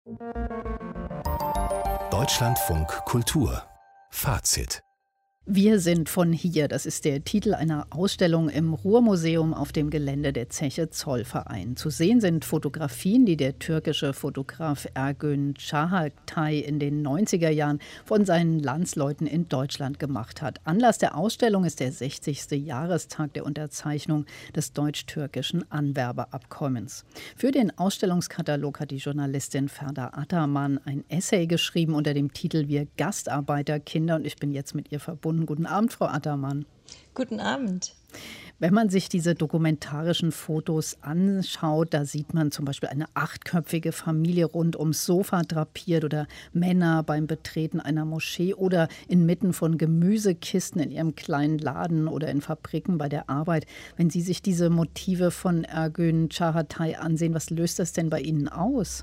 Deutschlandfunk Kultur Fazit. Wir sind von hier, das ist der Titel einer Ausstellung im Ruhrmuseum auf dem Gelände der Zeche Zollverein. Zu sehen sind Fotografien, die der türkische Fotograf Ergün Çağatay in den 90er Jahren von seinen Landsleuten in Deutschland gemacht hat. Anlass der Ausstellung ist der 60. Jahrestag der Unterzeichnung des deutsch-türkischen Anwerbeabkommens. Für den Ausstellungskatalog hat die Journalistin Ferda Ataman ein Essay geschrieben unter dem Titel Wir Gastarbeiterkinder, und ich bin jetzt mit ihr verbunden. Guten Abend, Frau Attermann. Guten Abend. Wenn man sich diese dokumentarischen Fotos anschaut, da sieht man zum Beispiel eine 8-köpfige Familie rund ums Sofa drapiert oder Männer beim Betreten einer Moschee oder inmitten von Gemüsekisten in ihrem kleinen Laden oder in Fabriken bei der Arbeit. Wenn Sie sich diese Motive von Ergün Çağatay ansehen, was löst das denn bei Ihnen aus?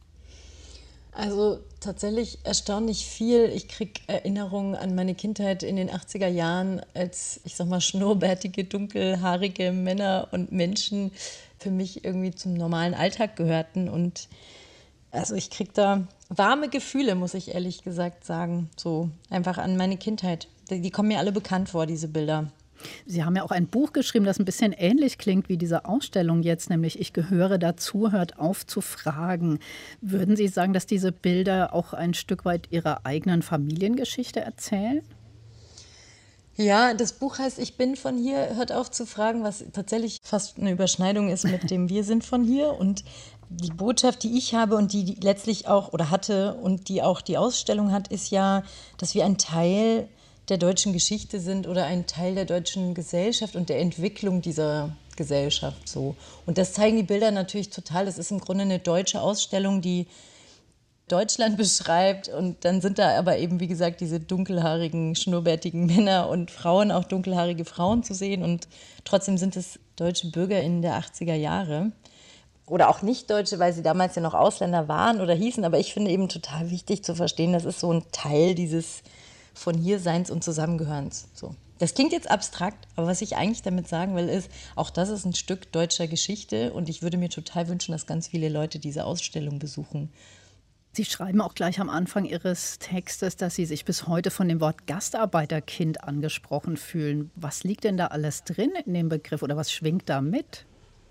Also tatsächlich erstaunlich viel. Ich kriege Erinnerungen an meine Kindheit in den 80er Jahren, als, ich sag mal, schnurrbärtige, dunkelhaarige Männer und Menschen für mich irgendwie zum normalen Alltag gehörten. Und also ich kriege da warme Gefühle, muss ich ehrlich gesagt sagen, so einfach an meine Kindheit. Die kommen mir alle bekannt vor, diese Bilder. Sie haben ja auch ein Buch geschrieben, das ein bisschen ähnlich klingt wie diese Ausstellung jetzt, nämlich Ich gehöre dazu, hört auf zu fragen. Würden Sie sagen, dass diese Bilder auch ein Stück weit Ihrer eigenen Familiengeschichte erzählen? Ja, das Buch heißt Ich bin von hier, hört auf zu fragen, was tatsächlich fast eine Überschneidung ist mit dem Wir sind von hier. Und die Botschaft, die ich habe und die letztlich auch oder hatte und die auch die Ausstellung hat, ist ja, dass wir ein Teil der deutschen Geschichte sind oder ein Teil der deutschen Gesellschaft und der Entwicklung dieser Gesellschaft so. Und das zeigen die Bilder natürlich total. Das ist im Grunde eine deutsche Ausstellung, die Deutschland beschreibt. Und dann sind da aber eben, wie gesagt, diese dunkelhaarigen, schnurrbärtigen Männer und Frauen, auch dunkelhaarige Frauen zu sehen. Und trotzdem sind es deutsche BürgerInnen der 80er Jahre. Oder auch Nicht-Deutsche, weil sie damals ja noch Ausländer waren oder hießen. Aber ich finde eben total wichtig zu verstehen, das ist so ein Teil dieses von Hierseins und Zusammengehörens. So. Das klingt jetzt abstrakt, aber was ich eigentlich damit sagen will, ist, auch das ist ein Stück deutscher Geschichte und ich würde mir total wünschen, dass ganz viele Leute diese Ausstellung besuchen. Sie schreiben auch gleich am Anfang Ihres Textes, dass Sie sich bis heute von dem Wort Gastarbeiterkind angesprochen fühlen. Was liegt denn da alles drin in dem Begriff oder was schwingt da mit?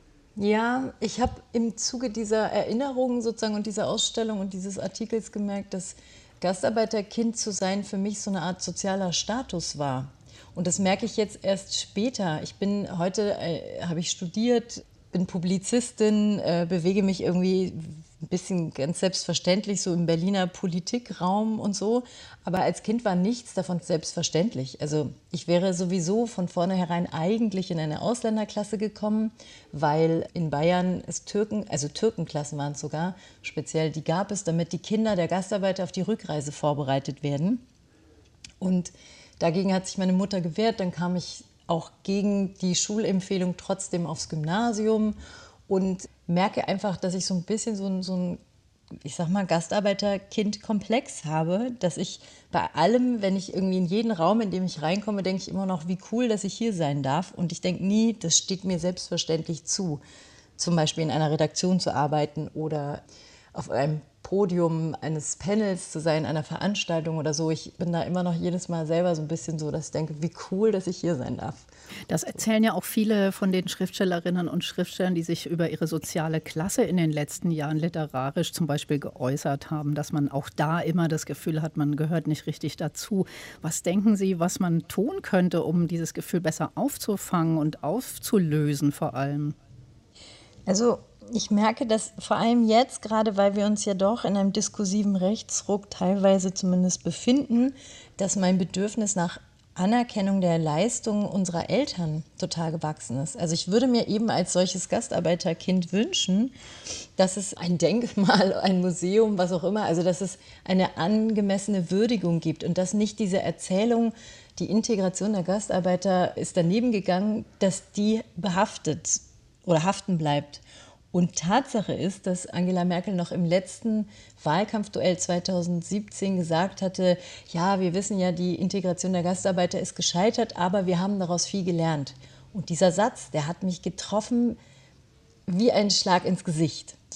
Ja, ich habe im Zuge dieser Erinnerungen sozusagen und dieser Ausstellung und dieses Artikels gemerkt, dass Gastarbeiterkind zu sein für mich so eine Art sozialer Status war. Und das merke ich jetzt erst später. Ich bin heute, habe ich studiert, bin Publizistin, bewege mich irgendwie ein bisschen ganz selbstverständlich so im Berliner Politikraum und so. Aber als Kind war nichts davon selbstverständlich. Also ich wäre sowieso von vornherein eigentlich in eine Ausländerklasse gekommen, weil in Bayern es Türkenklassen waren es sogar, speziell die gab es, damit die Kinder der Gastarbeiter auf die Rückreise vorbereitet werden. Und dagegen hat sich meine Mutter gewehrt. Dann kam ich auch gegen die Schulempfehlung trotzdem aufs Gymnasium und merke einfach, dass ich so ein bisschen so ein ich sag mal, Gastarbeiterkind-Komplex habe, dass ich bei allem, wenn ich irgendwie in jeden Raum, in dem ich reinkomme, denke ich immer noch, wie cool, dass ich hier sein darf. Und ich denke nie, das steht mir selbstverständlich zu, zum Beispiel in einer Redaktion zu arbeiten oder auf einem Podium eines Panels zu sein, einer Veranstaltung oder so. Ich bin da immer noch jedes Mal selber so ein bisschen so, dass ich denke, wie cool, dass ich hier sein darf. Das erzählen ja auch viele von den Schriftstellerinnen und Schriftstellern, die sich über ihre soziale Klasse in den letzten Jahren literarisch zum Beispiel geäußert haben, dass man auch da immer das Gefühl hat, man gehört nicht richtig dazu. Was denken Sie, was man tun könnte, um dieses Gefühl besser aufzufangen und aufzulösen vor allem? Also ich merke, dass vor allem jetzt, gerade weil wir uns ja doch in einem diskursiven Rechtsruck teilweise zumindest befinden, dass mein Bedürfnis nach Anerkennung der Leistung unserer Eltern total gewachsen ist. Also ich würde mir eben als solches Gastarbeiterkind wünschen, dass es ein Denkmal, ein Museum, was auch immer, also dass es eine angemessene Würdigung gibt und dass nicht diese Erzählung, die Integration der Gastarbeiter ist daneben gegangen, dass die behaftet oder haften bleibt. Und Tatsache ist, dass Angela Merkel noch im letzten Wahlkampfduell 2017 gesagt hatte, ja, wir wissen ja, die Integration der Gastarbeiter ist gescheitert, aber wir haben daraus viel gelernt. Und dieser Satz, der hat mich getroffen wie ein Schlag ins Gesicht. So.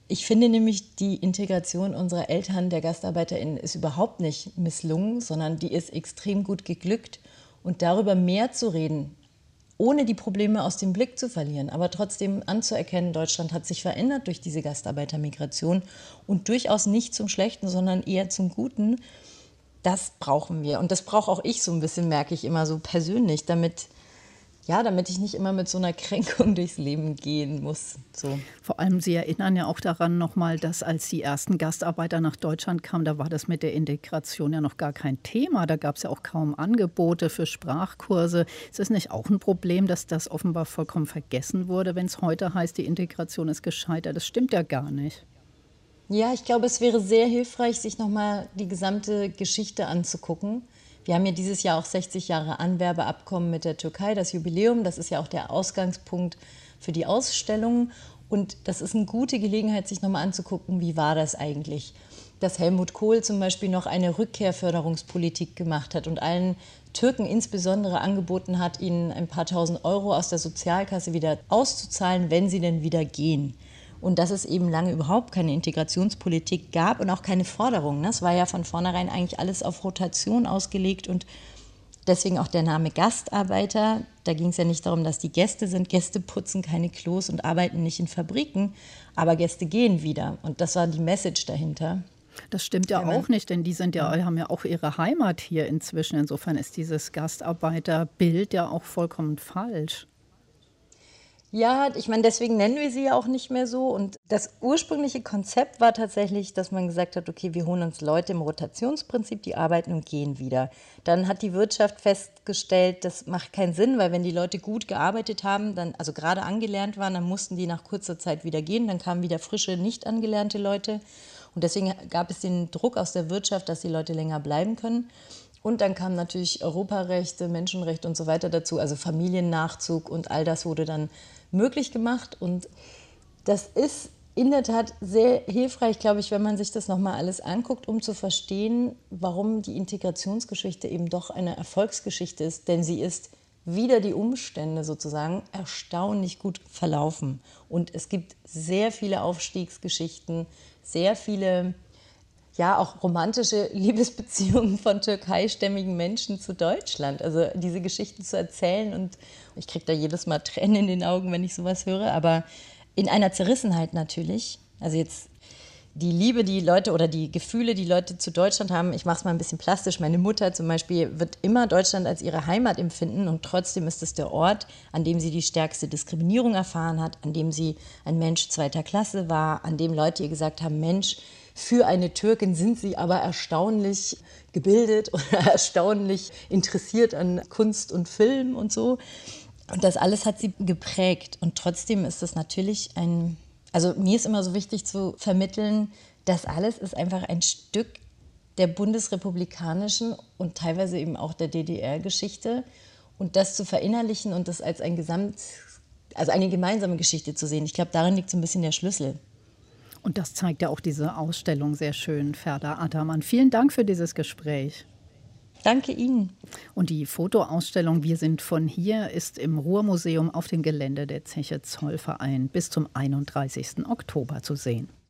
Ich finde nämlich, die Integration unserer Eltern, der GastarbeiterInnen, ist überhaupt nicht misslungen, sondern die ist extrem gut geglückt. Und darüber mehr zu reden, ohne die Probleme aus dem Blick zu verlieren, aber trotzdem anzuerkennen, Deutschland hat sich verändert durch diese Gastarbeitermigration und durchaus nicht zum Schlechten, sondern eher zum Guten. Das brauchen wir. Und das brauche auch ich so ein bisschen, merke ich immer so persönlich, damit ich nicht immer mit so einer Kränkung durchs Leben gehen muss. So. Vor allem, Sie erinnern ja auch daran nochmal, dass als die ersten Gastarbeiter nach Deutschland kamen, da war das mit der Integration ja noch gar kein Thema. Da gab es ja auch kaum Angebote für Sprachkurse. Ist es nicht auch ein Problem, dass das offenbar vollkommen vergessen wurde, wenn es heute heißt, die Integration ist gescheitert? Das stimmt ja gar nicht. Ja, ich glaube, es wäre sehr hilfreich, sich nochmal die gesamte Geschichte anzugucken. Wir haben ja dieses Jahr auch 60 Jahre Anwerbeabkommen mit der Türkei, das Jubiläum. Das ist ja auch der Ausgangspunkt für die Ausstellung. Und das ist eine gute Gelegenheit, sich nochmal anzugucken, wie war das eigentlich? Dass Helmut Kohl zum Beispiel noch eine Rückkehrförderungspolitik gemacht hat und allen Türken insbesondere angeboten hat, ihnen ein paar tausend Euro aus der Sozialkasse wieder auszuzahlen, wenn sie denn wieder gehen. Und dass es eben lange überhaupt keine Integrationspolitik gab und auch keine Forderungen. Es war ja von vornherein eigentlich alles auf Rotation ausgelegt und deswegen auch der Name Gastarbeiter. Da ging es ja nicht darum, dass die Gäste sind. Gäste putzen keine Klos und arbeiten nicht in Fabriken, aber Gäste gehen wieder. Und das war die Message dahinter. Das stimmt ja auch nicht, denn die haben ja auch ihre Heimat hier inzwischen. Insofern ist dieses Gastarbeiterbild ja auch vollkommen falsch. Ja, ich meine, deswegen nennen wir sie ja auch nicht mehr so. Und das ursprüngliche Konzept war tatsächlich, dass man gesagt hat, okay, wir holen uns Leute im Rotationsprinzip, die arbeiten und gehen wieder. Dann hat die Wirtschaft festgestellt, das macht keinen Sinn, weil wenn die Leute gut gearbeitet haben, also gerade angelernt waren, dann mussten die nach kurzer Zeit wieder gehen. Dann kamen wieder frische, nicht angelernte Leute. Und deswegen gab es den Druck aus der Wirtschaft, dass die Leute länger bleiben können. Und dann kamen natürlich Europarechte, Menschenrechte und so weiter dazu, also Familiennachzug und all das wurde dann möglich gemacht. Und das ist in der Tat sehr hilfreich, glaube ich, wenn man sich das nochmal alles anguckt, um zu verstehen, warum die Integrationsgeschichte eben doch eine Erfolgsgeschichte ist. Denn sie ist wider die Umstände sozusagen erstaunlich gut verlaufen. Und es gibt sehr viele Aufstiegsgeschichten, sehr viele auch romantische Liebesbeziehungen von türkeistämmigen Menschen zu Deutschland. Also diese Geschichten zu erzählen und ich kriege da jedes Mal Tränen in den Augen, wenn ich sowas höre, aber in einer Zerrissenheit natürlich. Also jetzt die Liebe, die Leute oder die Gefühle, die Leute zu Deutschland haben, ich mache es mal ein bisschen plastisch. Meine Mutter zum Beispiel wird immer Deutschland als ihre Heimat empfinden und trotzdem ist es der Ort, an dem sie die stärkste Diskriminierung erfahren hat, an dem sie ein Mensch zweiter Klasse war, an dem Leute ihr gesagt haben, Mensch, für eine Türkin sind sie aber erstaunlich gebildet oder erstaunlich interessiert an Kunst und Film und so. Und das alles hat sie geprägt. Und trotzdem ist das natürlich also mir ist immer so wichtig zu vermitteln, das alles ist einfach ein Stück der bundesrepublikanischen und teilweise eben auch der DDR-Geschichte. Und das zu verinnerlichen und das als also eine gemeinsame Geschichte zu sehen. Ich glaube, darin liegt so ein bisschen der Schlüssel. Und das zeigt ja auch diese Ausstellung sehr schön, Ferda Ataman. Vielen Dank für dieses Gespräch. Danke Ihnen. Und die Fotoausstellung Wir sind von hier ist im Ruhrmuseum auf dem Gelände der Zeche Zollverein bis zum 31. Oktober zu sehen.